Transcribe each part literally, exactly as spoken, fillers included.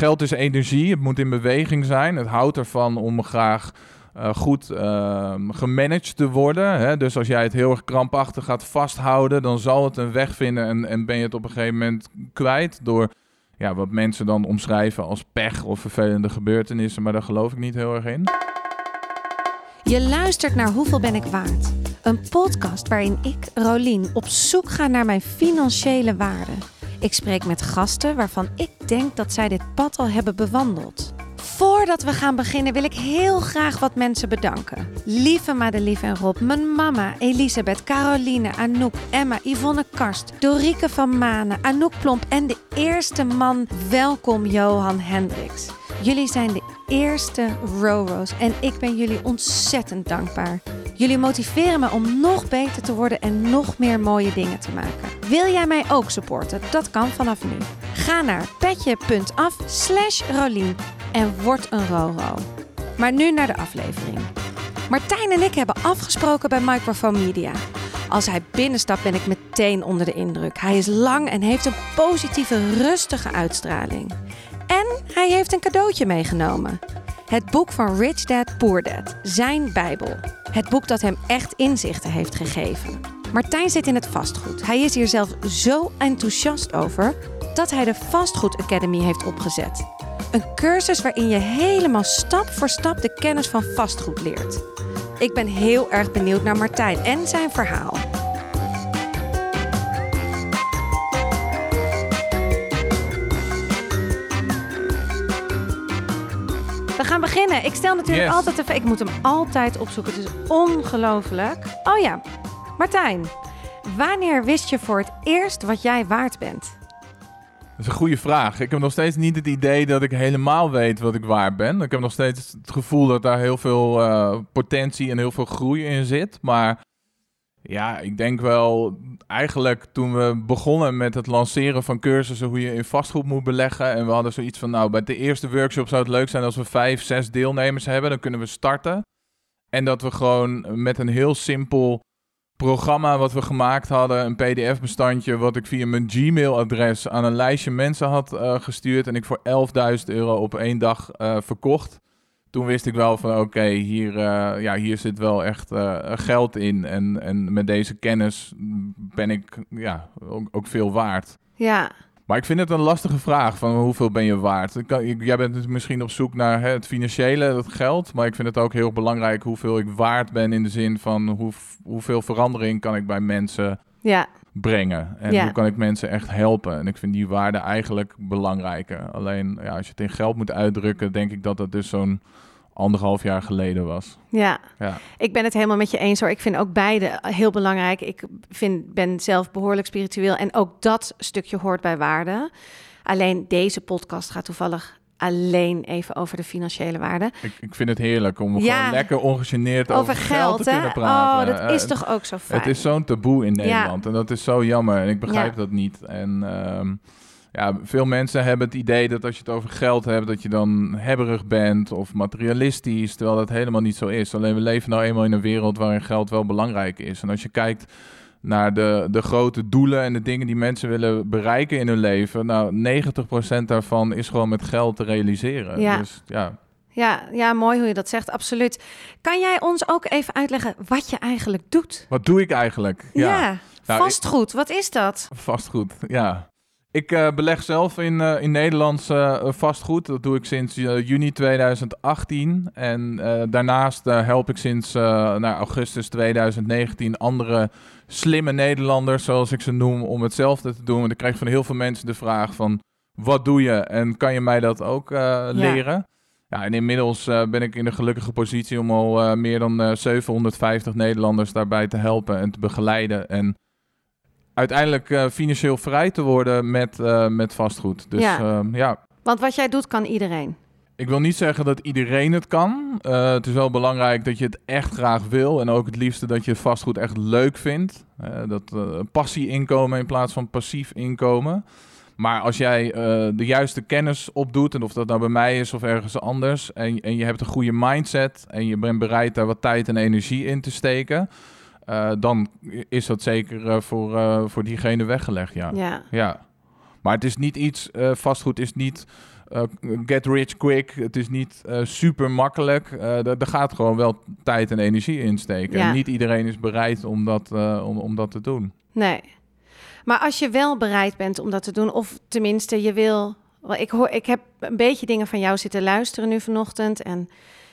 geld is energie, het moet in beweging zijn. Het houdt ervan om graag uh, goed uh, gemanaged te worden. Hè? Dus als jij het heel erg krampachtig gaat vasthouden, dan zal het een weg vinden en, en ben je het op een gegeven moment kwijt door ja, wat mensen dan omschrijven als pech of vervelende gebeurtenissen. Maar daar geloof ik niet heel erg in. Je luistert naar Hoeveel ben ik waard? Een podcast waarin ik, Rolien, op zoek ga naar mijn financiële waarde. Ik spreek met gasten waarvan ik denk dat zij dit pad al hebben bewandeld. Voordat we gaan beginnen wil ik heel graag wat mensen bedanken. Lieve Madelief en Rob, mijn mama, Elisabeth, Caroline, Anouk, Emma, Yvonne Karst, Dorieke van Manen, Anouk Plomp en de eerste man, welkom Johan Hendricks. Jullie zijn de eerste Roro's en ik ben jullie ontzettend dankbaar. Jullie motiveren me om nog beter te worden en nog meer mooie dingen te maken. Wil jij mij ook supporten? Dat kan vanaf nu. Ga naar petje.af slash Rolien en word een Roro. Maar nu naar de aflevering. Martijn en ik hebben afgesproken bij Microphone Media. Als hij binnenstapt ben ik meteen onder de indruk. Hij is lang en heeft een positieve, rustige uitstraling. En hij heeft een cadeautje meegenomen. Het boek van Rich Dad Poor Dad, zijn Bijbel. Het boek dat hem echt inzichten heeft gegeven. Martijn zit in het vastgoed. Hij is hier zelf zo enthousiast over dat hij de Vastgoed Academy heeft opgezet. Een cursus waarin je helemaal stap voor stap de kennis van vastgoed leert. Ik ben heel erg benieuwd naar Martijn en zijn verhaal. We gaan beginnen. Ik stel natuurlijk Yes. altijd even... Ik moet hem altijd opzoeken. Het is ongelooflijk. Oh ja, Martijn. Wanneer wist je voor het eerst wat jij waard bent? Dat is een goede vraag. Ik heb nog steeds niet het idee dat ik helemaal weet wat ik waard ben. Ik heb nog steeds het gevoel dat daar heel veel uh, potentie en heel veel groei in zit. Maar ja, ik denk wel eigenlijk toen we begonnen met het lanceren van cursussen hoe je in vastgoed moet beleggen. En we hadden zoiets van, nou, bij de eerste workshop zou het leuk zijn als we vijf, zes deelnemers hebben. Dan kunnen we starten. En dat we gewoon met een heel simpel programma wat we gemaakt hadden, een P D F-bestandje wat ik via mijn Gmail-adres aan een lijstje mensen had uh, gestuurd en ik voor elfduizend euro op één dag uh, verkocht. Toen wist ik wel van oké, okay, hier, uh, ja, hier zit wel echt uh, geld in en, en met deze kennis ben ik ja, ook, ook veel waard. Ja. Maar ik vind het een lastige vraag van hoeveel ben je waard? Ik kan, ik, jij bent misschien op zoek naar hè, het financiële, het geld. Maar ik vind het ook heel belangrijk hoeveel ik waard ben in de zin van hoe, hoeveel verandering kan ik bij mensen Ja. brengen. En Ja. hoe kan ik mensen echt helpen? En ik vind die waarde eigenlijk belangrijker. Alleen ja, als je het in geld moet uitdrukken, denk ik dat dat dus zo'n anderhalf jaar geleden was. Ja. Ja. Ik ben het helemaal met je eens hoor. Ik vind ook beide heel belangrijk. Ik vind, ben zelf behoorlijk spiritueel en ook dat stukje hoort bij waarde. Alleen deze podcast gaat toevallig alleen even over de financiële waarde. Ik, ik vind het heerlijk om Ja. gewoon lekker ongegeneerd over, Over geld, geld, te hè? kunnen praten. Oh, dat is Uh, toch ook zo fijn. Het is zo'n taboe in Nederland Ja. en dat is zo jammer en ik begrijp Ja. dat niet. En um, ja, veel mensen hebben het idee dat als je het over geld hebt, dat je dan hebberig bent of materialistisch, terwijl dat helemaal niet zo is. Alleen we leven nou eenmaal in een wereld waarin geld wel belangrijk is. En als je kijkt naar de, de grote doelen en de dingen die mensen willen bereiken in hun leven, nou, negentig procent daarvan is gewoon met geld te realiseren. Ja. Dus ja... Ja, ja, mooi hoe je dat zegt, absoluut. Kan jij ons ook even uitleggen wat je eigenlijk doet? Wat doe ik eigenlijk? Ja, Nou, vastgoed, wat is dat? Vastgoed, ja. Ik uh, beleg zelf in, uh, in Nederlands uh, vastgoed. Dat doe ik sinds uh, juni tweeduizend achttien. En uh, daarnaast uh, help ik sinds uh, nou, augustus tweeduizend negentien andere slimme Nederlanders, zoals ik ze noem, om hetzelfde te doen. Want ik krijg van heel veel mensen de vraag van, wat doe je? En kan je mij dat ook uh, leren? Ja. Ja, en inmiddels uh, ben ik in de gelukkige positie om al uh, meer dan uh, zevenhonderdvijftig Nederlanders daarbij te helpen en te begeleiden. En uiteindelijk uh, financieel vrij te worden met, uh, met vastgoed. Dus Ja. Uh, ja. Want wat jij doet, kan iedereen. Ik wil niet zeggen dat iedereen het kan. Uh, het is wel belangrijk dat je het echt graag wil. En ook het liefste dat je vastgoed echt leuk vindt. Uh, dat uh, passie inkomen in plaats van passief inkomen. Maar als jij uh, de juiste kennis opdoet, en of dat nou bij mij is of ergens anders, en, en je hebt een goede mindset en je bent bereid daar wat tijd en energie in te steken, uh, dan is dat zeker uh, voor, uh, voor diegene weggelegd, ja. Ja. ja. Maar het is niet iets, uh, vastgoed is niet uh, get rich quick. Het is niet uh, super makkelijk. Uh, er gaat gewoon wel tijd en energie in steken. Ja. En niet iedereen is bereid om dat, uh, om, om dat te doen. Nee. Maar als je wel bereid bent om dat te doen, of tenminste je wil... Wel, ik, hoor, ik heb een beetje dingen van jou zitten luisteren nu vanochtend. En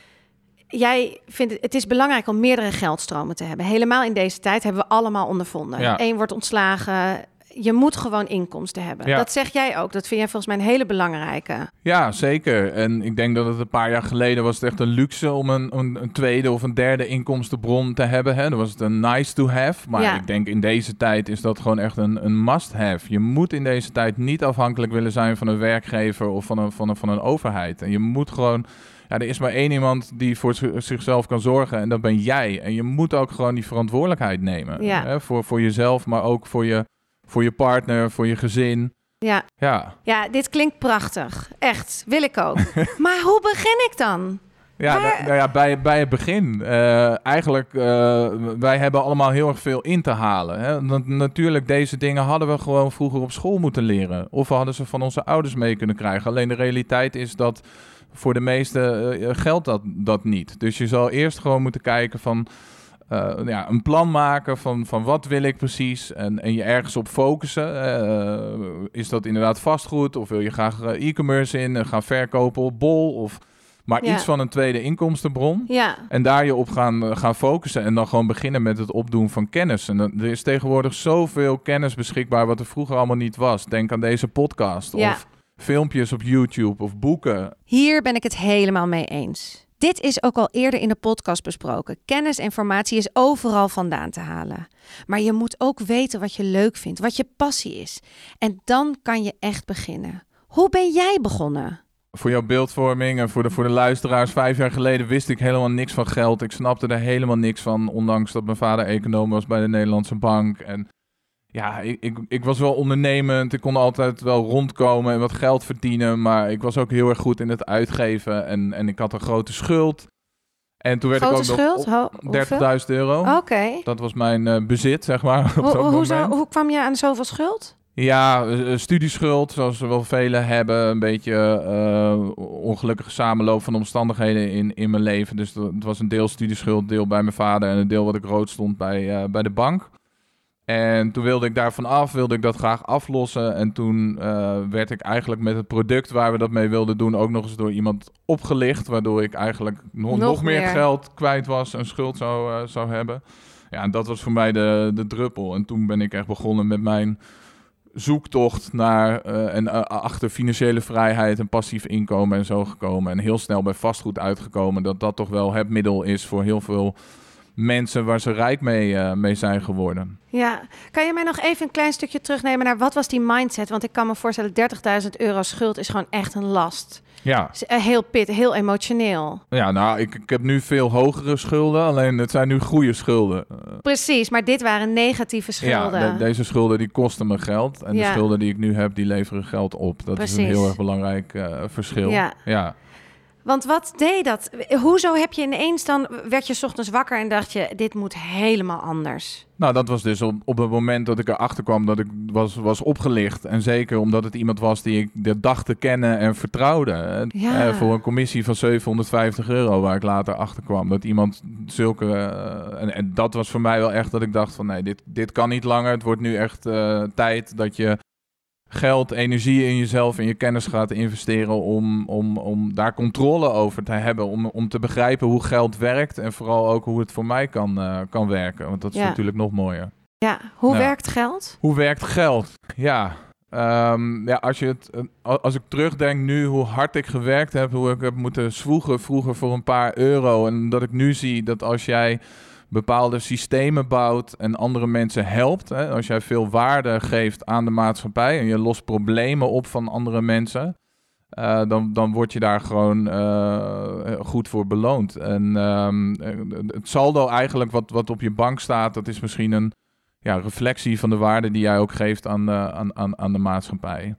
jij vindt het, het is belangrijk om meerdere geldstromen te hebben. Helemaal in deze tijd hebben we allemaal ondervonden. Ja. Eén wordt ontslagen. Je moet gewoon inkomsten hebben. Ja. Dat zeg jij ook. Dat vind jij volgens mij een hele belangrijke. Ja, zeker. En ik denk dat het een paar jaar geleden was het echt een luxe om een, een, een tweede of een derde inkomstenbron te hebben. Hè? Dan was het een nice to have. Maar Ja. ik denk in deze tijd is dat gewoon echt een, een must have. Je moet in deze tijd niet afhankelijk willen zijn van een werkgever of van een, van een, van een overheid. En je moet gewoon... Ja, er is maar één iemand die voor z- zichzelf kan zorgen en dat ben jij. En je moet ook gewoon die verantwoordelijkheid nemen. Ja. Hè? Voor, voor jezelf, maar ook voor je, voor je partner, voor je gezin. Ja. Ja. Ja, dit klinkt prachtig. Echt, wil ik ook. Maar hoe begin ik dan? Ja, Waar- nou, nou ja, bij, bij het begin. Uh, eigenlijk, uh, wij hebben allemaal heel erg veel in te halen. Hè? Na- natuurlijk, deze dingen hadden we gewoon vroeger op school moeten leren. Of we hadden ze van onze ouders mee kunnen krijgen. Alleen de realiteit is dat voor de meesten uh, geldt dat, dat niet. Dus je zal eerst gewoon moeten kijken van... Uh, ja, een plan maken van, van wat wil ik precies en, en je ergens op focussen. Uh, is dat inderdaad vastgoed of wil je graag uh, e-commerce in, uh, gaan verkopen op Bol of maar Ja. iets van een tweede inkomstenbron. Ja, En daar je op gaan, uh, gaan focussen en dan gewoon beginnen met het opdoen van kennis. En dan, er is tegenwoordig zoveel kennis beschikbaar wat er vroeger allemaal niet was. Denk aan deze podcast Ja. of filmpjes op YouTube of boeken. hier ben ik het helemaal mee eens. Dit is ook al eerder in de podcast besproken. Kennis en informatie is overal vandaan te halen. Maar je moet ook weten wat je leuk vindt, wat je passie is. En dan kan je echt beginnen. Hoe ben jij begonnen? Voor jouw beeldvorming en voor de, voor de luisteraars, vijf jaar geleden wist ik helemaal niks van geld. Ik snapte er helemaal niks van, ondanks dat mijn vader econoom was bij de Nederlandse Bank. En ja, ik, ik, ik was wel ondernemend, ik kon altijd wel rondkomen en wat geld verdienen. Maar ik was ook heel erg goed in het uitgeven en, en ik had een grote schuld. En toen werd Grote ik ook schuld? nog Ho- op hoeveel? dertigduizend euro. Oké. Dat was mijn uh, bezit, zeg maar, op Hoe, dat hoe, moment. zo, hoe kwam je aan zoveel schuld? Ja, uh, studieschuld, zoals er wel velen hebben. Een beetje uh, ongelukkige samenloop van omstandigheden in, in mijn leven. Dus dat, het was een deel studieschuld, deel bij mijn vader en een deel wat ik rood stond bij, uh, bij de bank. En toen wilde ik daarvan af, wilde ik dat graag aflossen. En toen uh, werd ik eigenlijk met het product waar we dat mee wilden doen ook nog eens door iemand opgelicht. Waardoor ik eigenlijk nog, Nog nog meer meer. geld kwijt was en schuld zou, uh, zou hebben. Ja, en dat was voor mij de, de druppel. En toen ben ik echt begonnen met mijn zoektocht naar uh, en uh, achter financiële vrijheid en passief inkomen en zo gekomen. En heel snel bij vastgoed uitgekomen dat dat toch wel het middel is voor heel veel mensen waar ze rijk mee, uh, mee zijn geworden. Ja, kan je mij nog even een klein stukje terugnemen naar wat was die mindset? Want ik kan me voorstellen, dertigduizend euro schuld is gewoon echt een last. Ja, Is, uh, heel pit, heel emotioneel. ja nou, ik, ik heb nu veel hogere schulden, alleen het zijn nu goede schulden. Uh, Precies, maar dit waren negatieve schulden. Ja, de- deze schulden die kosten me geld. En Ja. de schulden die ik nu heb, die leveren geld op. Dat is een Precies. heel erg belangrijk uh, verschil. Ja. ja. Want wat deed dat? Hoezo heb je ineens dan, werd je 's ochtends wakker en dacht je, dit moet helemaal anders? Nou, dat was dus op, op het moment dat ik erachter kwam dat ik was, was opgelicht. En zeker omdat het iemand was die ik de dag te kennen en vertrouwde. En, Ja. eh, voor een commissie van zevenhonderdvijftig euro, waar ik later achter kwam. Dat iemand zulke... eh, en, en dat was voor mij wel echt dat ik dacht van nee, dit, dit kan niet langer. Het wordt nu echt uh, tijd dat je geld, energie in jezelf en je kennis gaat investeren om, om, om daar controle over te hebben. Om, om te begrijpen hoe geld werkt en vooral ook hoe het voor mij kan, uh, kan werken. Want dat is Ja. natuurlijk nog mooier. Ja, hoe Ja. werkt geld? Hoe werkt geld? Ja, um, ja als, je het, uh, als ik terugdenk nu hoe hard ik gewerkt heb, hoe ik heb moeten zwoegen vroeger voor een paar euro. En dat ik nu zie dat als jij bepaalde systemen bouwt en andere mensen helpt, hè, als jij veel waarde geeft aan de maatschappij en je lost problemen op van andere mensen, uh, dan, dan word je daar gewoon uh, goed voor beloond. En um, het saldo eigenlijk wat, wat op je bank staat, dat is misschien een ja, reflectie van de waarde die jij ook geeft aan de, aan, aan, aan de maatschappij.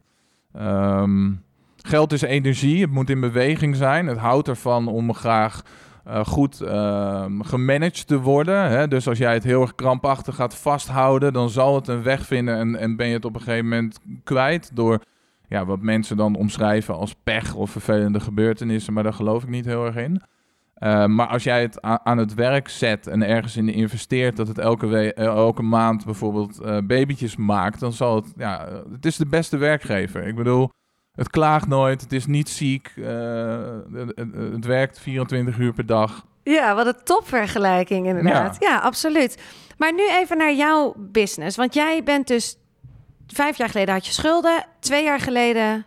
Um, geld is energie, het moet in beweging zijn. Het houdt ervan om graag Uh, goed uh, gemanaged te worden. Hè? Dus als jij het heel erg krampachtig gaat vasthouden, dan zal het een weg vinden en, en ben je het op een gegeven moment kwijt door ja, wat mensen dan omschrijven als pech of vervelende gebeurtenissen, maar daar geloof ik niet heel erg in. Uh, maar als jij het a- aan het werk zet en ergens in investeert, dat het elke, we- uh, elke maand bijvoorbeeld uh, babytjes maakt, dan zal het, ja, het is de beste werkgever. Ik bedoel, het klaagt nooit, het is niet ziek, uh, het, het, het werkt vierentwintig uur per dag. Ja, wat een topvergelijking inderdaad. Ja. ja, absoluut. Maar nu even naar jouw business. Want jij bent dus... Vijf jaar geleden had je schulden. Twee jaar geleden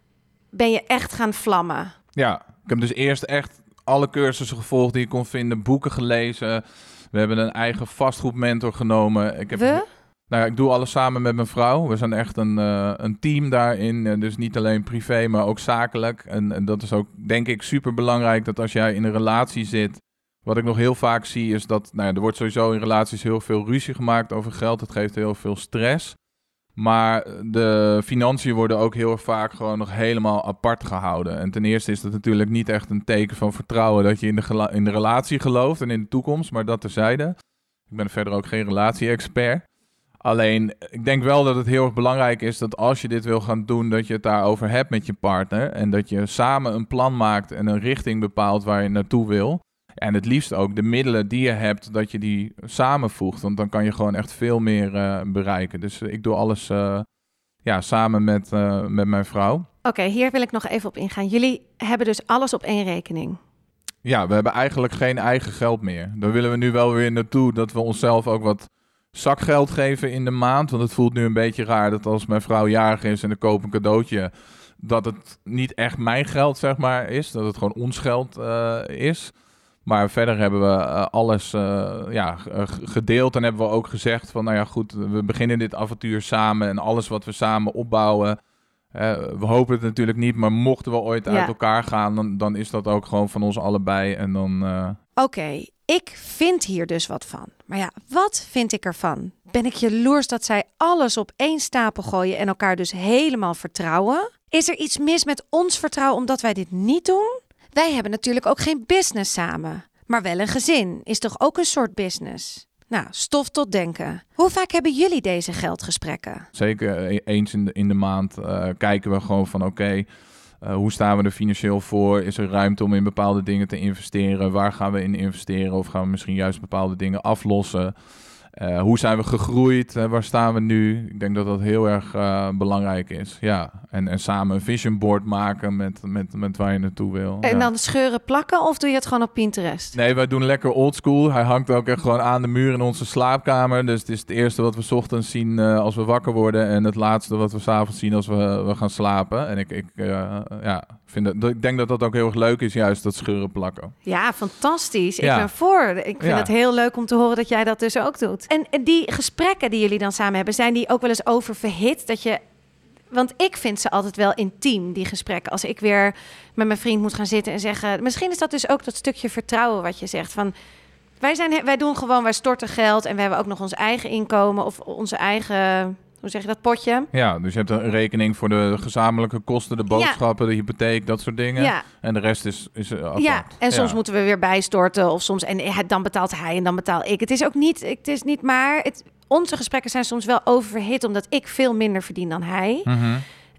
ben je echt gaan vlammen. Ja, ik heb dus eerst echt alle cursussen gevolgd die je kon vinden. Boeken gelezen. We hebben een eigen vastgoedmentor genomen. Ik heb, We? Nou, ik doe alles samen met mijn vrouw. We zijn echt een, uh, een team daarin. Dus niet alleen privé, maar ook zakelijk. En, en dat is ook, denk ik, super belangrijk dat als jij in een relatie zit... Wat ik nog heel vaak zie is dat... Nou ja, er wordt sowieso in relaties heel veel ruzie gemaakt over geld. Dat geeft heel veel stress. Maar de financiën worden ook heel vaak gewoon nog helemaal apart gehouden. En ten eerste is dat natuurlijk niet echt een teken van vertrouwen... dat je in de, gela- in de relatie gelooft en in de toekomst. Maar dat terzijde. Ik ben verder ook geen relatie-expert. Alleen, ik denk wel dat het heel erg belangrijk is dat als je dit wil gaan doen, dat je het daarover hebt met je partner. En dat je samen een plan maakt en een richting bepaalt waar je naartoe wil. En het liefst ook de middelen die je hebt, dat je die samenvoegt. Want dan kan je gewoon echt veel meer uh, bereiken. Dus uh, ik doe alles uh, ja, samen met, uh, met mijn vrouw. Oké, okay, hier wil ik nog even op ingaan. Jullie hebben dus alles op één rekening. Ja, we hebben eigenlijk geen eigen geld meer. Daar willen we nu wel weer naartoe, dat we onszelf ook wat zakgeld geven in de maand. Want het voelt nu een beetje raar dat als mijn vrouw jarig is en ik koop een cadeautje, dat het niet echt mijn geld, zeg maar, is. Dat het gewoon ons geld uh, is. Maar verder hebben we uh, alles uh, ja, gedeeld en hebben we ook gezegd van, nou ja, goed, we beginnen dit avontuur samen en alles wat we samen opbouwen. Uh, we hopen het natuurlijk niet, maar mochten we ooit ja. uit elkaar gaan, dan, dan is dat ook gewoon van ons allebei. En dan. Uh... Oké, okay, ik vind hier dus wat van. Maar ja, wat vind ik ervan? Ben ik jaloers dat zij alles op één stapel gooien en elkaar dus helemaal vertrouwen? Is er iets mis met ons vertrouwen omdat wij dit niet doen? Wij hebben natuurlijk ook geen business samen, maar wel een gezin. Is toch ook een soort business? Nou, stof tot denken. Hoe vaak hebben jullie deze geldgesprekken? Zeker eens in de, in de maand uh, kijken we gewoon van oké, okay, uh, hoe staan we er financieel voor? Is er ruimte om in bepaalde dingen te investeren? Waar gaan we in investeren? Of gaan we misschien juist bepaalde dingen aflossen? Uh, hoe zijn we gegroeid? Uh, waar staan we nu? Ik denk dat dat heel erg uh, belangrijk is. Ja, en, en samen een vision board maken met, met, met waar je naartoe wil. En ja. dan scheuren plakken of doe je het gewoon op Pinterest? Nee, wij doen lekker oldschool. Hij hangt ook echt gewoon aan de muur in onze slaapkamer. Dus het is het eerste wat we 's ochtends zien uh, als we wakker worden. En het laatste wat we 's avonds zien als we, we gaan slapen. En ik, ik, uh, ja, vind dat, ik denk dat dat ook heel erg leuk is, juist dat scheuren plakken. Ja, fantastisch. Ik ja. ben voor. Ik vind ja. het heel leuk om te horen dat jij dat dus ook doet. En die gesprekken die jullie dan samen hebben, zijn die ook wel eens oververhit? Dat je, want ik vind ze altijd wel intiem, die gesprekken. Als ik weer met mijn vriend moet gaan zitten en zeggen, misschien is dat dus ook dat stukje vertrouwen wat je zegt. Van, wij, zijn, wij doen gewoon, wij storten geld en we hebben ook nog ons eigen inkomen of onze eigen, hoe zeg je dat, potje? Ja, dus je hebt een rekening voor de gezamenlijke kosten, de boodschappen, ja. de hypotheek, dat soort dingen. Ja. En de rest is, is apart. Ja, en soms ja. moeten we weer bijstorten of soms, en dan betaalt hij en dan betaal ik. Het is ook niet, het is niet maar, het, onze gesprekken zijn soms wel oververhit, omdat ik veel minder verdien dan hij. Mm-hmm.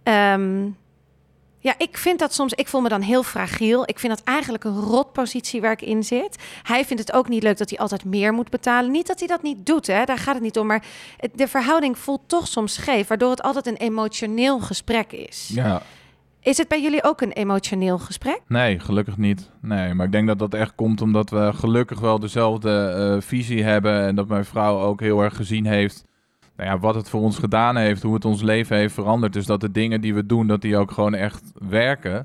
Um, ja, ik vind dat soms, ik voel me dan heel fragiel. Ik vind dat eigenlijk een rotpositie waar ik in zit. Hij vindt het ook niet leuk dat hij altijd meer moet betalen. Niet dat hij dat niet doet, hè, daar gaat het niet om. Maar het, de verhouding voelt toch soms scheef, waardoor het altijd een emotioneel gesprek is. Ja. Is het bij jullie ook een emotioneel gesprek? Nee, gelukkig niet. Nee, maar ik denk dat dat echt komt omdat we gelukkig wel dezelfde uh, visie hebben. En dat mijn vrouw ook heel erg gezien heeft, nou ja, wat het voor ons gedaan heeft, hoe het ons leven heeft veranderd. Dus dat de dingen die we doen, dat die ook gewoon echt werken.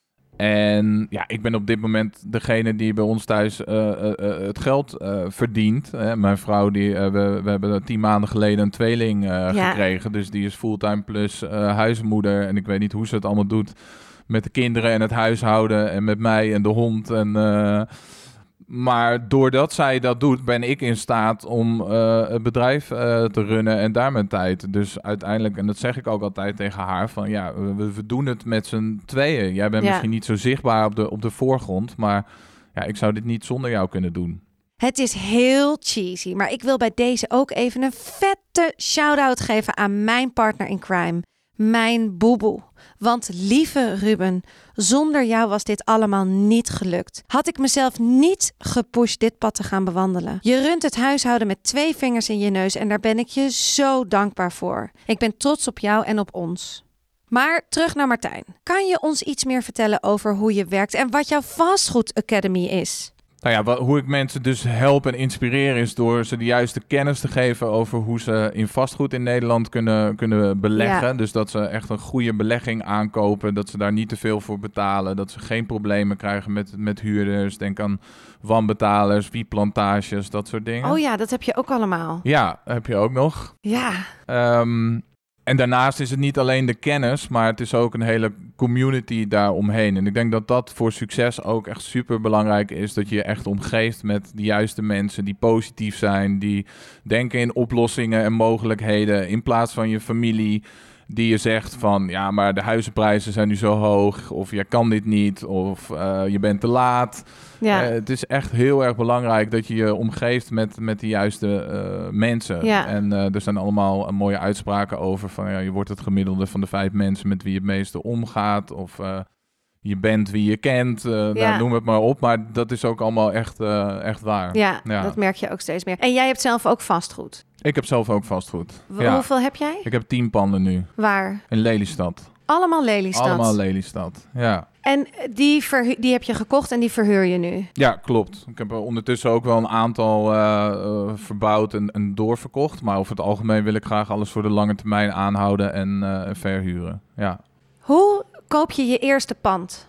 En ja, ik ben op dit moment degene die bij ons thuis uh, uh, uh, het geld uh, verdient. Hè. Mijn vrouw, die, uh, we, we hebben tien maanden geleden een tweeling uh, ja. gekregen. Dus die is fulltime plus uh, huismoeder. En ik weet niet hoe ze het allemaal doet met de kinderen en het huishouden en met mij en de hond. En, uh, maar doordat zij dat doet, ben ik in staat om uh, het bedrijf uh, te runnen en daar mijn tijd. Dus uiteindelijk, en dat zeg ik ook altijd tegen haar, van ja, we, we doen het met z'n tweeën. Jij bent ja. misschien niet zo zichtbaar op de, op de voorgrond, maar ja, ik zou dit niet zonder jou kunnen doen. Het is heel cheesy, maar ik wil bij deze ook even een vette shout-out geven aan mijn partner in crime, Mijn boeboe. Want lieve Ruben, zonder jou was dit allemaal niet gelukt. Had ik mezelf niet gepusht dit pad te gaan bewandelen. Je runt het huishouden met twee vingers in je neus en daar ben ik je zo dankbaar voor. Ik ben trots op jou en op ons. Maar terug naar Martijn. Kan je ons iets meer vertellen over hoe je werkt en wat jouw Vastgoed Academy is? Nou ja, wat, hoe ik mensen dus help en inspireer is door ze de juiste kennis te geven over hoe ze in vastgoed in Nederland kunnen, kunnen beleggen. Ja. Dus dat ze echt een goede belegging aankopen, dat ze daar niet te veel voor betalen, dat ze geen problemen krijgen met, met huurders. Denk aan wanbetalers, wietplantages, dat soort dingen. Oh ja, dat heb je ook allemaal. Ja, heb je ook nog. Ja. Um, En daarnaast is het niet alleen de kennis, maar het is ook een hele community daaromheen. En ik denk dat dat voor succes ook echt super belangrijk is. Dat je je echt omgeeft met de juiste mensen die positief zijn. Die denken in oplossingen en mogelijkheden in plaats van je familie. Die je zegt van, ja, maar de huizenprijzen zijn nu zo hoog. Of je kan dit niet. Of uh, je bent te laat. Ja. Uh, het is echt heel erg belangrijk dat je je omgeeft met, met de juiste uh, mensen. Ja. En uh, er zijn allemaal uh, mooie uitspraken over. Van, ja, je wordt het gemiddelde van de vijf mensen met wie je het meeste omgaat. Of uh, je bent wie je kent. Uh, ja. Nou, noem het maar op. Maar dat is ook allemaal echt, uh, echt waar. Ja, ja, dat merk je ook steeds meer. En jij hebt zelf ook vastgoed. Ik heb zelf ook vastgoed. W- ja. Hoeveel heb jij? Ik heb tien panden nu. Waar? In Lelystad. Allemaal Lelystad? Allemaal Lelystad, ja. En die, verhu- die heb je gekocht en die verhuur je nu? Ja, klopt. Ik heb er ondertussen ook wel een aantal uh, uh, verbouwd en, en doorverkocht. Maar over het algemeen wil ik graag alles voor de lange termijn aanhouden en uh, verhuren. Ja. Hoe koop je je eerste pand?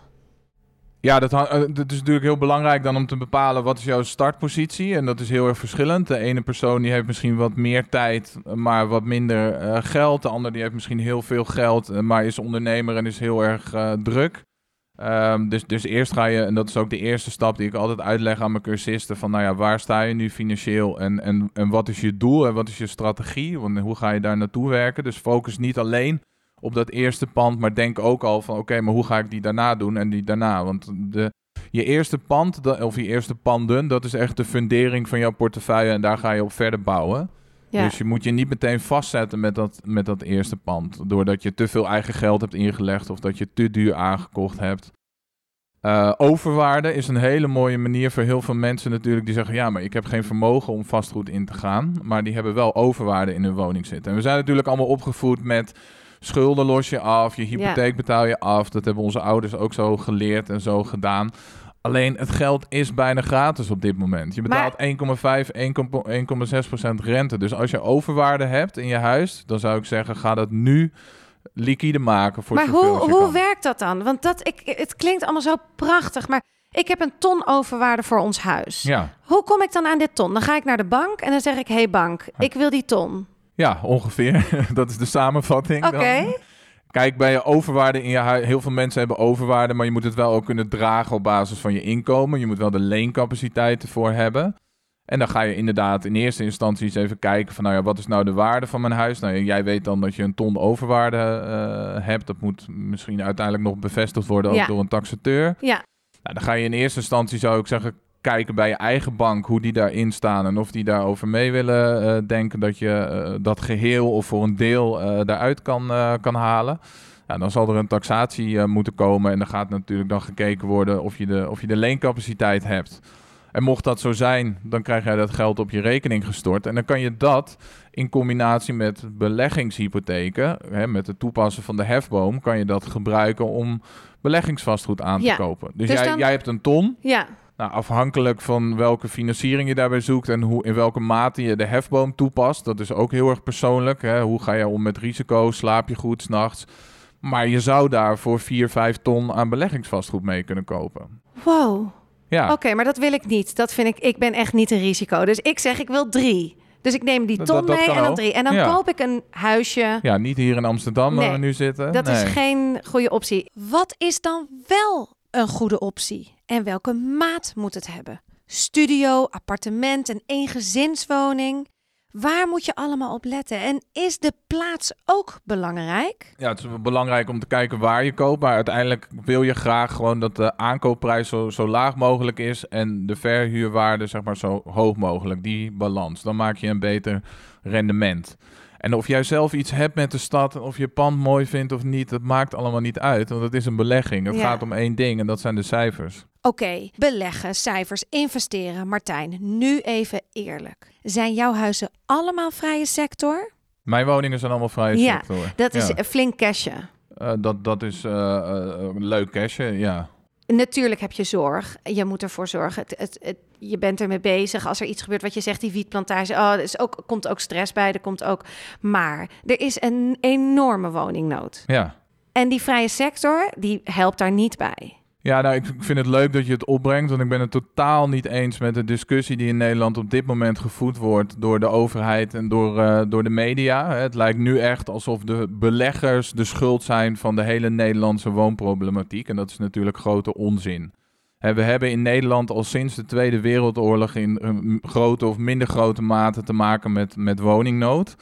Ja, dat, dat is natuurlijk heel belangrijk dan om te bepalen wat is jouw startpositie. En dat is heel erg verschillend. De ene persoon die heeft misschien wat meer tijd, maar wat minder uh, geld. De ander die heeft misschien heel veel geld, maar is ondernemer en is heel erg uh, druk. Um, dus, dus eerst ga je, en dat is ook de eerste stap die ik altijd uitleg aan mijn cursisten, van nou ja, waar sta je nu financieel en, en, en wat is je doel en wat is je strategie? Want hoe ga je daar naartoe werken? Dus focus niet alleen op dat eerste pand, maar denk ook al van oké, okay, maar hoe ga ik die daarna doen en die daarna? Want de, je eerste pand, of je eerste panden, dat is echt de fundering van jouw portefeuille en daar ga je op verder bouwen. Ja. Dus je moet je niet meteen vastzetten met dat, met dat eerste pand, doordat je te veel eigen geld hebt ingelegd of dat je te duur aangekocht hebt. Uh, overwaarde is een hele mooie manier voor heel veel mensen natuurlijk die zeggen, ja, maar ik heb geen vermogen om vastgoed in te gaan, maar die hebben wel overwaarde in hun woning zitten. En we zijn natuurlijk allemaal opgevoed met schulden los je af, je hypotheek ja. betaal je af. Dat hebben onze ouders ook zo geleerd en zo gedaan. Alleen het geld is bijna gratis op dit moment. Je betaalt maar één komma vijf, één komma zes procent rente. Dus als je overwaarde hebt in je huis, dan zou ik zeggen, ga dat nu liquide maken voor maar zoveel hoe, als je hoe kan. werkt dat dan? Want dat, ik, het klinkt allemaal zo prachtig, maar ik heb een ton overwaarde voor ons huis. Ja. Hoe kom ik dan aan dit ton? Dan ga ik naar de bank en dan zeg ik, hey bank, ik wil die ton. Ja, ongeveer. Dat is de samenvatting. Oké. Okay. Kijk, bij je overwaarde in je huis, heel veel mensen hebben overwaarde, maar je moet het wel ook kunnen dragen op basis van je inkomen. Je moet wel de leencapaciteit ervoor hebben. En dan ga je inderdaad in eerste instantie eens even kijken van, nou ja, wat is nou de waarde van mijn huis? Nou ja, jij weet dan dat je een ton overwaarde uh, hebt. Dat moet misschien uiteindelijk nog bevestigd worden ook ja. door een taxateur. Ja. Nou, dan ga je in eerste instantie, zou ik zeggen, kijken bij je eigen bank hoe die daarin staan en of die daarover mee willen uh, denken dat je uh, dat geheel of voor een deel uh, daaruit kan, uh, kan halen. Ja, dan zal er een taxatie uh, moeten komen en dan gaat natuurlijk dan gekeken worden of je de, of je de leencapaciteit hebt. En mocht dat zo zijn, dan krijg jij dat geld op je rekening gestort. En dan kan je dat in combinatie met beleggingshypotheken, hè, met het toepassen van de hefboom, kan je dat gebruiken om beleggingsvastgoed aan te ja. kopen. Dus, dus jij, dan... jij hebt een ton. Ja. Nou, afhankelijk van welke financiering je daarbij zoekt en hoe, in welke mate je de hefboom toepast. Dat is ook heel erg persoonlijk. Hè? Hoe ga je om met risico? Slaap je goed 's nachts? Maar je zou daar voor vier, vijf ton aan beleggingsvastgoed mee kunnen kopen. Wow. Ja. Oké, okay, maar dat wil ik niet. Dat vind ik, ik ben echt niet een risico. Dus ik zeg, ik wil drie. Dus ik neem die ton dat, dat mee en dan ook. drie. En dan ja. koop ik een huisje. Ja, niet hier in Amsterdam nee, waar we nu zitten. Dat nee. is geen goede optie. Wat is dan wel een goede optie? En welke maat moet het hebben? Studio, appartement, een eengezinswoning. Waar moet je allemaal op letten? En is de plaats ook belangrijk? Ja, het is belangrijk om te kijken waar je koopt. Maar uiteindelijk wil je graag gewoon dat de aankoopprijs zo, zo laag mogelijk is en de verhuurwaarde zeg maar zo hoog mogelijk. Die balans. Dan maak je een beter rendement. En of jij zelf iets hebt met de stad, of je pand mooi vindt of niet, dat maakt allemaal niet uit. Want het is een belegging. Het ja. gaat om één ding en dat zijn de cijfers. Oké, okay, beleggen, cijfers, investeren. Martijn, nu even eerlijk. Zijn jouw huizen allemaal vrije sector? Mijn woningen zijn allemaal vrije ja, sector. Dat is ja. flink cashen. Uh, dat, dat is uh, uh, leuk cashen, ja. Natuurlijk heb je zorg. Je moet ervoor zorgen. Het, het, het, je bent ermee bezig. Als er iets gebeurt wat je zegt, die wietplantage. Oh, er is ook, komt ook stress bij. Er komt ook. Maar er is een enorme woningnood. Ja. En die vrije sector, die helpt daar niet bij. Ja, nou, ik vind het leuk dat je het opbrengt, want ik ben het totaal niet eens met de discussie die in Nederland op dit moment gevoerd wordt door de overheid en door, uh, door de media. Het lijkt nu echt alsof de beleggers de schuld zijn van de hele Nederlandse woonproblematiek en dat is natuurlijk grote onzin. We hebben in Nederland al sinds de Tweede Wereldoorlog in grote of minder grote mate te maken met, met woningnood.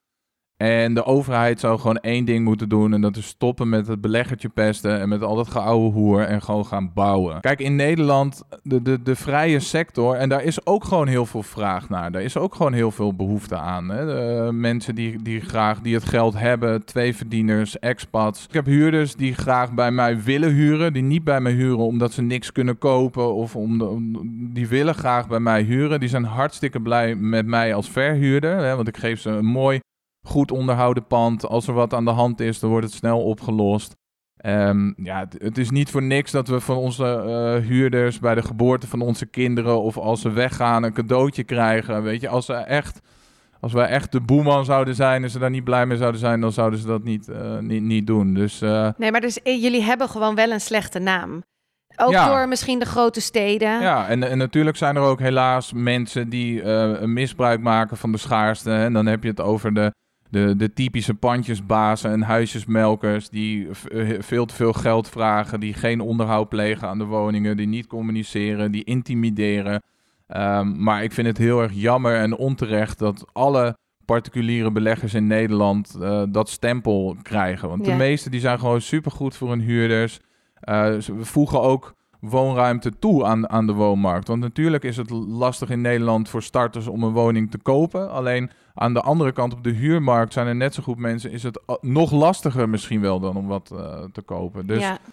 En de overheid zou gewoon één ding moeten doen en dat is stoppen met het beleggertje pesten en met al dat geouwe hoer en gewoon gaan bouwen. Kijk, in Nederland, de, de, de vrije sector, en daar is ook gewoon heel veel vraag naar. Daar is ook gewoon heel veel behoefte aan. Hè? De mensen die, die graag die het geld hebben, tweeverdieners, expats. Ik heb huurders die graag bij mij willen huren, die niet bij mij huren omdat ze niks kunnen kopen of om de, om, die willen graag bij mij huren. Die zijn hartstikke blij met mij als verhuurder, hè? Want ik geef ze een mooi goed onderhouden pand. Als er wat aan de hand is, dan wordt het snel opgelost. Um, ja, het, het is niet voor niks dat we van onze uh, huurders bij de geboorte van onze kinderen of als ze weggaan een cadeautje krijgen. Weet je, als ze echt, als wij echt de boeman zouden zijn en ze daar niet blij mee zouden zijn, dan zouden ze dat niet, uh, niet, niet doen. Dus, uh, nee, maar dus jullie hebben gewoon wel een slechte naam. Ook ja. door misschien de grote steden. Ja, en, en natuurlijk zijn er ook helaas mensen die uh, een misbruik maken van de schaarste. En dan heb je het over de De, de typische pandjesbazen en huisjesmelkers die v- veel te veel geld vragen, die geen onderhoud plegen aan de woningen, die niet communiceren, die intimideren. Um, maar ik vind het heel erg jammer en onterecht dat alle particuliere beleggers in Nederland uh, dat stempel krijgen. Want ja. de meeste die zijn gewoon supergoed voor hun huurders. Uh, we voegen ook woonruimte toe aan, aan de woonmarkt. Want natuurlijk is het lastig in Nederland voor starters om een woning te kopen. Alleen aan de andere kant op de huurmarkt zijn er net zo goed mensen. Is het nog lastiger misschien wel dan om wat uh, te kopen. Dus ja,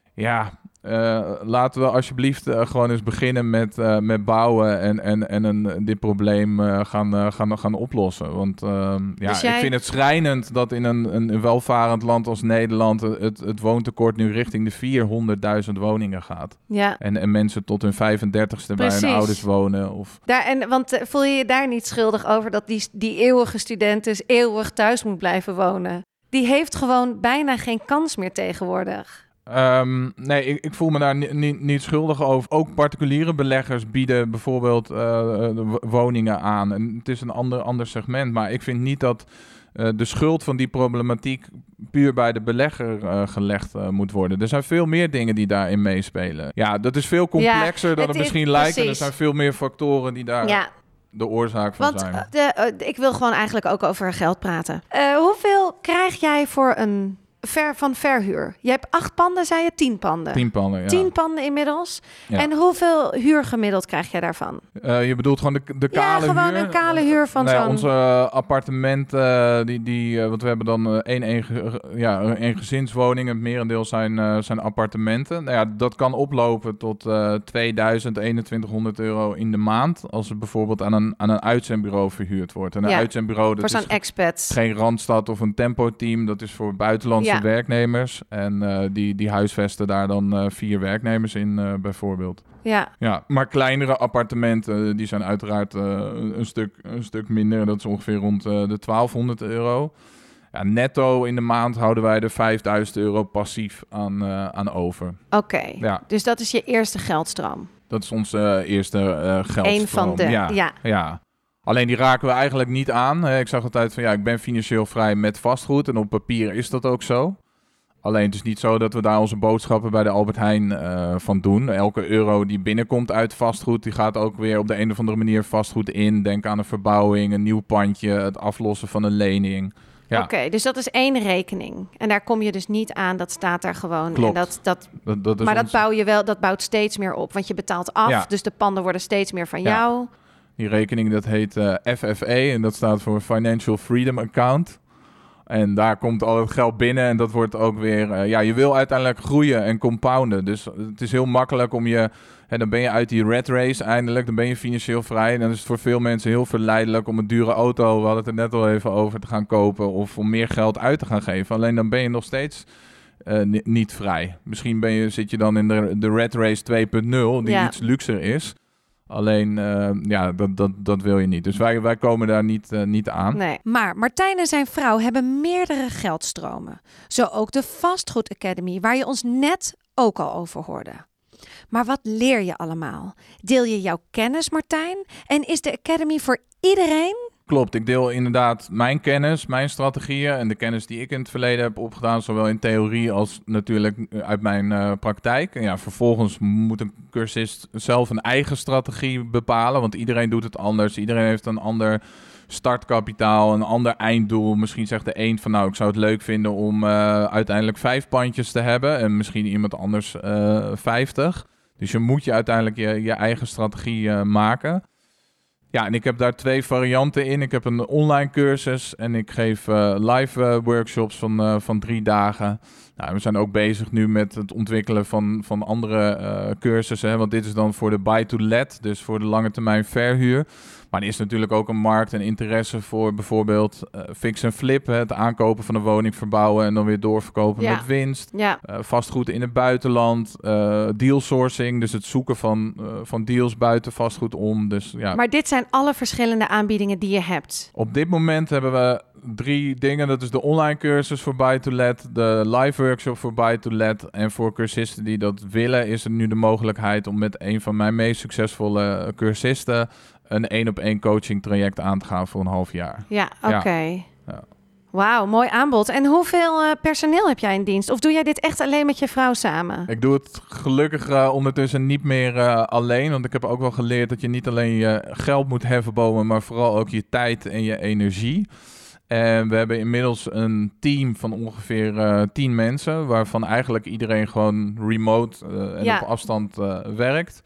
ja uh, laten we alsjeblieft uh, gewoon eens beginnen met, uh, met bouwen en, en, en een, dit probleem uh, gaan, uh, gaan, gaan oplossen. Want uh, ja, dus jij... ik vind het schrijnend dat in een, een welvarend land als Nederland het, het woontekort nu richting de vierhonderdduizend woningen gaat. Ja. En, en mensen tot hun vijfendertigste Precies. bij hun ouders wonen. Of... Daar, en, want uh, voel je je daar niet schuldig over dat die, die eeuwige student dus eeuwig thuis moet blijven wonen? Die heeft gewoon bijna geen kans meer tegenwoordig. Um, nee, ik, ik voel me daar ni- ni- niet schuldig over. Ook particuliere beleggers bieden bijvoorbeeld uh, woningen aan. En het is een ander, ander segment, maar ik vind niet dat uh, de schuld van die problematiek puur bij de belegger uh, gelegd uh, moet worden. Er zijn veel meer dingen die daarin meespelen. Ja, dat is veel complexer ja, dan het, het misschien is, lijkt. En er zijn veel meer factoren die daar... Ja. de oorzaak van Want, zijn. Want uh, uh, ik wil gewoon eigenlijk ook over geld praten. Uh, hoeveel krijg jij voor een ver van verhuur? Je hebt acht panden, zei je? Tien panden? Tien panden, ja. Tien panden inmiddels. Ja. En hoeveel huur gemiddeld krijg jij daarvan? Uh, je bedoelt gewoon de, de kale huur? Ja, gewoon huur? een kale huur van nee, zo'n... Onze uh, appartementen, uh, die, die, uh, want we hebben dan uh, één, één, ja, een gezinswoning. Het merendeel zijn, uh, zijn appartementen. Nou ja, dat kan oplopen tot uh, tweeduizend, eenentwintighonderd euro in de maand. Als het bijvoorbeeld aan een, aan een uitzendbureau verhuurd wordt. En een ja, uitzendbureau, dat voor zo'n is expats. Geen Randstad of een tempo-team. Dat is voor buitenlandse ja. werknemers. En uh, die, die huisvesten daar dan uh, vier werknemers in uh, bijvoorbeeld. Ja. ja. Maar kleinere appartementen, die zijn uiteraard uh, een, stuk, een stuk minder. Dat is ongeveer rond uh, de twaalfhonderd euro. Ja, netto in de maand houden wij er vijfduizend euro passief aan, uh, aan over. Oké, okay. ja. Dus dat is je eerste geldstroom? Dat is onze uh, eerste uh, geldstroom. Eén van de, ja. ja. ja. Alleen die raken we eigenlijk niet aan. Ik zag altijd van ja, ik ben financieel vrij met vastgoed. En op papier is dat ook zo. Alleen het is niet zo dat we daar onze boodschappen bij de Albert Heijn uh, van doen. Elke euro die binnenkomt uit vastgoed, die gaat ook weer op de een of andere manier vastgoed in. Denk aan een verbouwing, een nieuw pandje, het aflossen van een lening. Ja. Oké, okay, dus dat is één rekening. En daar kom je dus niet aan, dat staat daar gewoon. Klopt. En dat, dat, dat, dat is maar ons... dat bouw je wel, dat bouwt steeds meer op. Want je betaalt af, ja. dus de panden worden steeds meer van ja. jou. Die rekening, dat heet uh, F F A en dat staat voor Financial Freedom Account. En daar komt al het geld binnen en dat wordt ook weer... Uh, ja, je wil uiteindelijk groeien en compounden. Dus het is heel makkelijk om je... Hè, dan ben je uit die rat race eindelijk, dan ben je financieel vrij. En dan is het voor veel mensen heel verleidelijk om een dure auto... we hadden het er net al even over, te gaan kopen... of om meer geld uit te gaan geven. Alleen dan ben je nog steeds uh, n- niet vrij. Misschien ben je, zit je dan in de, de rat race twee punt nul, die ja. iets luxer is... Alleen, uh, ja, dat, dat, dat wil je niet. Dus wij, wij komen daar niet, uh, niet aan. Nee. Maar Martijn en zijn vrouw hebben meerdere geldstromen. Zo ook de Vastgoed Academy, waar je ons net ook al over hoorde. Maar wat leer je allemaal? Deel je jouw kennis, Martijn? En is de Academy voor iedereen? Klopt, ik deel inderdaad mijn kennis, mijn strategieën en de kennis die ik in het verleden heb opgedaan, zowel in theorie als natuurlijk uit mijn uh, praktijk. En ja, vervolgens moet een cursist zelf een eigen strategie bepalen, want iedereen doet het anders. Iedereen heeft een ander startkapitaal, een ander einddoel. Misschien zegt de een van nou, ik zou het leuk vinden om uh, uiteindelijk vijf pandjes te hebben en misschien iemand anders uh, vijftig. Dus je moet je uiteindelijk je, je eigen strategie uh, maken. Ja, en ik heb daar twee varianten in. Ik heb een online cursus en ik geef uh, live uh, workshops van, uh, van drie dagen. Nou, we zijn ook bezig nu met het ontwikkelen van, van andere uh, cursussen. Hè, want dit is dan voor de buy-to-let, dus voor de lange termijn verhuur. Maar er is natuurlijk ook een markt en interesse voor bijvoorbeeld uh, fix en flip. Hè, het aankopen van een woning, verbouwen en dan weer doorverkopen ja. met winst. Ja. Uh, vastgoed in het buitenland. Uh, deal sourcing, dus het zoeken van, uh, van deals buiten vastgoed om. Dus, ja. Maar dit zijn alle verschillende aanbiedingen die je hebt. Op dit moment hebben we drie dingen. Dat is de online cursus voor buy-to-let, de live workshop voor buy-to-let. En voor cursisten die dat willen is er nu de mogelijkheid om met een van mijn meest succesvolle cursisten een één-op-één coaching traject aan te gaan voor een half jaar. Ja, oké. Okay. Ja. Wauw, mooi aanbod. En hoeveel uh, personeel heb jij in dienst? Of doe jij dit echt alleen met je vrouw samen? Ik doe het gelukkig uh, ondertussen niet meer uh, alleen. Want ik heb ook wel geleerd dat je niet alleen je geld moet herverbomen, maar vooral ook je tijd en je energie. En we hebben inmiddels een team van ongeveer uh, tien mensen, waarvan eigenlijk iedereen gewoon remote uh, en ja. op afstand uh, werkt.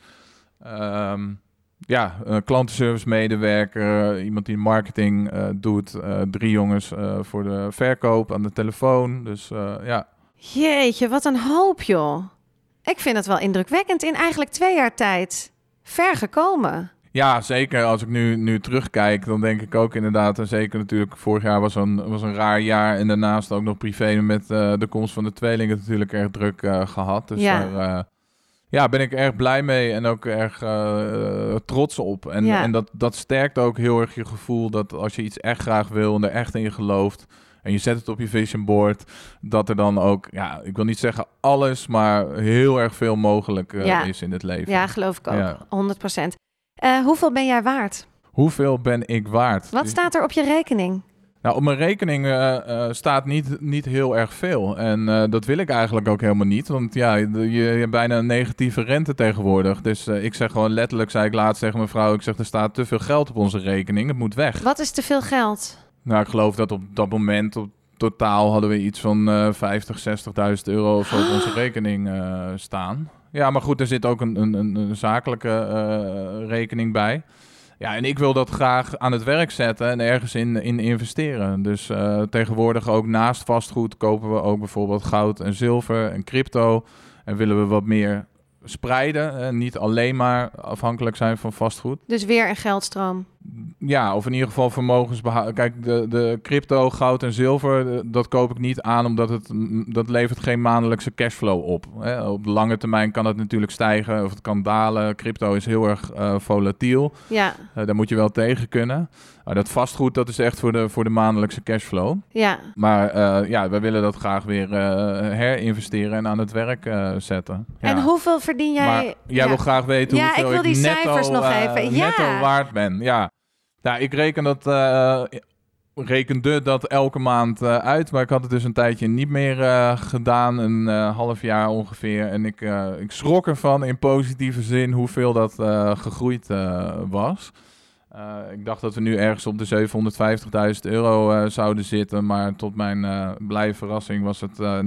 Um, Ja, een klantenservice medewerker, iemand die marketing uh, doet, uh, drie jongens uh, voor de verkoop aan de telefoon. Dus uh, ja. Jeetje, wat een hoop joh. Ik vind het wel indrukwekkend in eigenlijk twee jaar tijd. Ver gekomen. Ja, zeker. Als ik nu, nu terugkijk, dan denk ik ook inderdaad, en zeker natuurlijk vorig jaar was een, was een raar jaar. En daarnaast ook nog privé met uh, de komst van de tweelingen natuurlijk erg druk uh, gehad. Dus ja. daar... Uh, Ja, ben ik erg blij mee en ook erg uh, trots op. En, ja. en dat, dat sterkt ook heel erg je gevoel dat als je iets echt graag wil en er echt in je gelooft en je zet het op je vision board, dat er dan ook, ja, ik wil niet zeggen alles, maar heel erg veel mogelijk uh, ja. is in het leven. Ja, geloof ik ook. Ja. honderd procent. Uh, hoeveel ben jij waard? Hoeveel ben ik waard? Wat staat er op je rekening? Nou, op mijn rekening uh, uh, staat niet, niet heel erg veel. En uh, dat wil ik eigenlijk ook helemaal niet. Want ja, je, je hebt bijna een negatieve rente tegenwoordig. Dus uh, ik zeg gewoon letterlijk, zei ik laatst tegen mijn vrouw, ik zeg, er staat te veel geld op onze rekening. Het moet weg. Wat is te veel geld? Nou, ik geloof dat op dat moment, op totaal hadden we iets van uh, vijftig, zestigduizend euro of zo op onze rekening uh, staan. Ja, maar goed, er zit ook een, een, een zakelijke uh, rekening bij. Ja, en ik wil dat graag aan het werk zetten en ergens in, in investeren. Dus uh, tegenwoordig ook naast vastgoed kopen we ook bijvoorbeeld goud en zilver en crypto. En willen we wat meer spreiden en niet alleen maar afhankelijk zijn van vastgoed. Dus weer een geldstroom. Ja, of in ieder geval vermogensbehoud. Kijk, de, de crypto, goud en zilver, dat koop ik niet aan omdat het dat levert geen maandelijkse cashflow op. Hè. Op de lange termijn kan het natuurlijk stijgen of het kan dalen. Crypto is heel erg uh, volatiel. Ja. Uh, daar moet je wel tegen kunnen. Uh, dat vastgoed, dat is echt voor de, voor de maandelijkse cashflow. Ja. Maar uh, ja, wij willen dat graag weer uh, herinvesteren en aan het werk uh, zetten. Ja. En hoeveel verdien jij? Maar jij ja. wil graag weten ja, hoeveel ik, wil die ik netto, cijfers nog uh, even. Ja. netto waard ben. Ja. Ja, ik reken dat, uh, rekende dat elke maand uh, uit, maar ik had het dus een tijdje niet meer uh, gedaan, een uh, half jaar ongeveer. En ik, uh, ik schrok ervan in positieve zin hoeveel dat uh, gegroeid uh, was. Uh, ik dacht dat we nu ergens op de zevenhonderdvijftigduizend euro uh, zouden zitten, maar tot mijn uh, blije verrassing was het uh,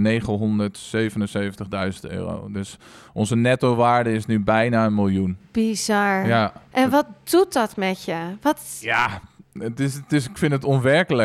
negenhonderdzevenenzeventigduizend euro. Dus onze netto waarde is nu bijna een miljoen. Bizar. Ja. En wat doet dat met je? Wat... Ja, het is, het is, ik vind het onwerkelijk.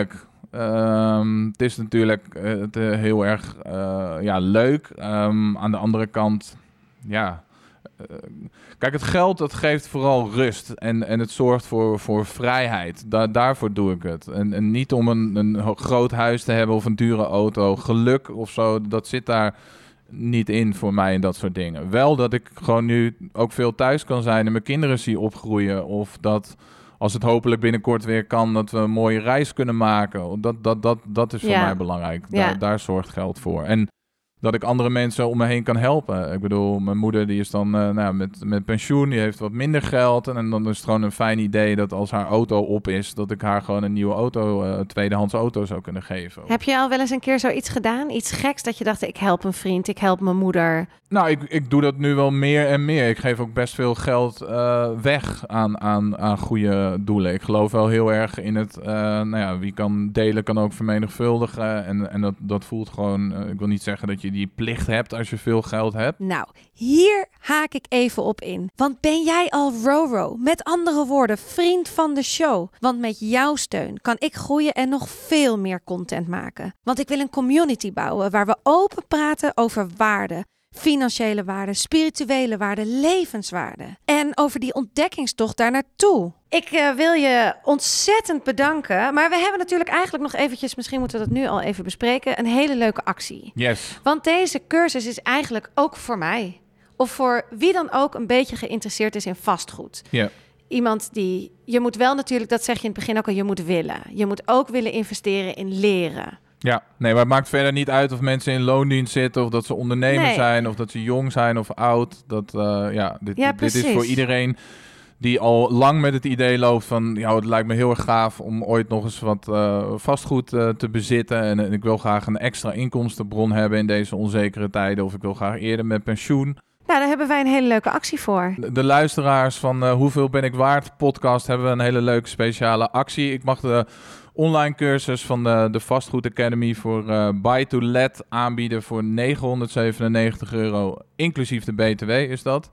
Um, het is natuurlijk uh, het, uh, heel erg uh, ja, leuk. Um, aan de andere kant, ja... Uh, kijk, het geld, dat geeft vooral rust. En, en het zorgt voor, voor vrijheid. Da- daarvoor doe ik het. En, en niet om een, een groot huis te hebben of een dure auto. Geluk of zo, dat zit daar niet in voor mij en dat soort dingen. Wel dat ik gewoon nu ook veel thuis kan zijn en mijn kinderen zie opgroeien. Of dat... Als het hopelijk binnenkort weer kan, dat we een mooie reis kunnen maken. Dat, dat, dat, dat is voor ja. mij belangrijk. Ja. Daar, daar zorgt geld voor. En dat ik andere mensen om me heen kan helpen. Ik bedoel, mijn moeder die is dan uh, nou, met, met pensioen, die heeft wat minder geld. En, en dan is het gewoon een fijn idee dat als haar auto op is, dat ik haar gewoon een nieuwe auto, uh, tweedehands auto zou kunnen geven. Heb je al wel eens een keer zoiets gedaan? Iets geks dat je dacht, ik help een vriend, ik help mijn moeder. Nou, ik, ik doe dat nu wel meer en meer. Ik geef ook best veel geld uh, weg aan, aan, aan goede doelen. Ik geloof wel heel erg in het, uh, nou ja, wie kan delen kan ook vermenigvuldigen. En, en dat, dat voelt gewoon, uh, ik wil niet zeggen dat je die plicht hebt als je veel geld hebt. Nou, hier haak ik even op in. Want ben jij al Roro? Met andere woorden, vriend van de show. Want met jouw steun kan ik groeien en nog veel meer content maken. Want ik wil een community bouwen waar we open praten over waarden. Financiële waarden, spirituele waarden, levenswaarden. En over die ontdekkingstocht daar naartoe. Ik uh, wil je ontzettend bedanken. Maar we hebben natuurlijk eigenlijk nog eventjes, misschien moeten we dat nu al even bespreken, een hele leuke actie. Yes. Want deze cursus is eigenlijk ook voor mij. Of voor wie dan ook een beetje geïnteresseerd is in vastgoed. Ja. Yeah. Iemand die, je moet wel natuurlijk, dat zeg je in het begin ook al, je moet willen. Je moet ook willen investeren in leren. Ja, nee, maar het maakt verder niet uit of mensen in loondienst zitten, of dat ze ondernemer nee. zijn, of dat ze jong zijn of oud. Dat, uh, ja, dit, ja, dit is voor iedereen die al lang met het idee loopt van, ja, het lijkt me heel erg gaaf om ooit nog eens wat uh, vastgoed uh, te bezitten. En, en ik wil graag een extra inkomstenbron hebben in deze onzekere tijden, of ik wil graag eerder met pensioen. Nou, daar hebben wij een hele leuke actie voor. De, de luisteraars van uh, Hoeveel Ben Ik Waard podcast hebben we een hele leuke speciale actie. Ik mag de online cursus van de, de Vastgoed Academy voor uh, Buy to Let aanbieden voor negenhonderdzevenennegentig euro, inclusief de B T W is dat.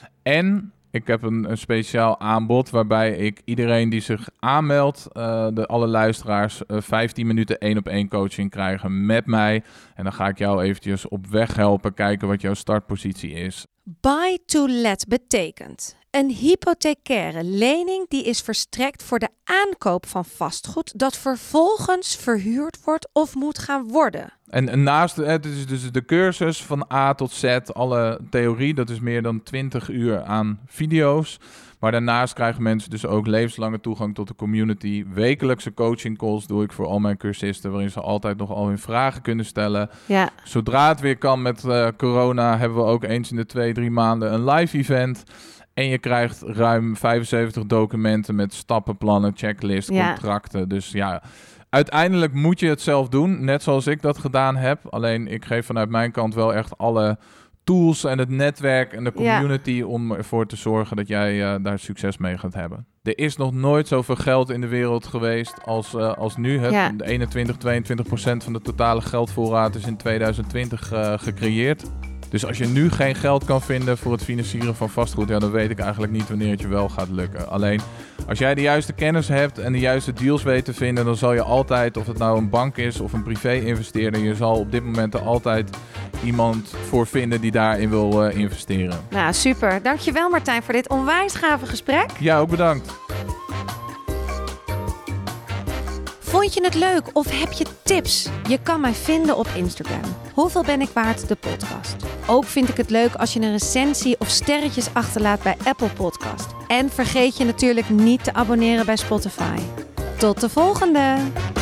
En ik heb een, een speciaal aanbod waarbij ik iedereen die zich aanmeldt, uh, de, alle luisteraars, uh, vijftien minuten één op één coaching krijgen met mij. En dan ga ik jou eventjes op weg helpen, kijken wat jouw startpositie is. Buy to let betekent een hypothecaire lening die is verstrekt voor de aankoop van vastgoed dat vervolgens verhuurd wordt of moet gaan worden. En, en naast het is dus de cursus van A tot Z, alle theorie, dat is meer dan twintig uur aan video's. Maar daarnaast krijgen mensen dus ook levenslange toegang tot de community. Wekelijkse coaching calls doe ik voor al mijn cursisten, waarin ze altijd nog al hun vragen kunnen stellen. Ja. Zodra het weer kan met uh, corona, hebben we ook eens in de twee, drie maanden een live event. En je krijgt ruim vijfenzeventig documenten met stappenplannen, checklist, contracten. Ja. Dus ja, uiteindelijk moet je het zelf doen, net zoals ik dat gedaan heb. Alleen ik geef vanuit mijn kant wel echt alle tools en het netwerk en de community ja. om ervoor te zorgen dat jij uh, daar succes mee gaat hebben. Er is nog nooit zoveel geld in de wereld geweest als, uh, als nu. Het ja. eenentwintig, tweeëntwintig procent van de totale geldvoorraad is in tweeduizend twintig uh, gecreëerd. Dus als je nu geen geld kan vinden voor het financieren van vastgoed, ja, dan weet ik eigenlijk niet wanneer het je wel gaat lukken. Alleen, als jij de juiste kennis hebt en de juiste deals weet te vinden, dan zal je altijd, of het nou een bank is of een privé-investeerder, je zal op dit moment er altijd iemand voor vinden die daarin wil uh, investeren. Nou, super. Dankjewel Martijn voor dit onwijs gave gesprek. Ja, ook bedankt. Vond je het leuk of heb je tips? Je kan mij vinden op Instagram. Hoeveel ben ik waard, de podcast. Ook vind ik het leuk als je een recensie of sterretjes achterlaat bij Apple Podcast. En vergeet je natuurlijk niet te abonneren bij Spotify. Tot de volgende!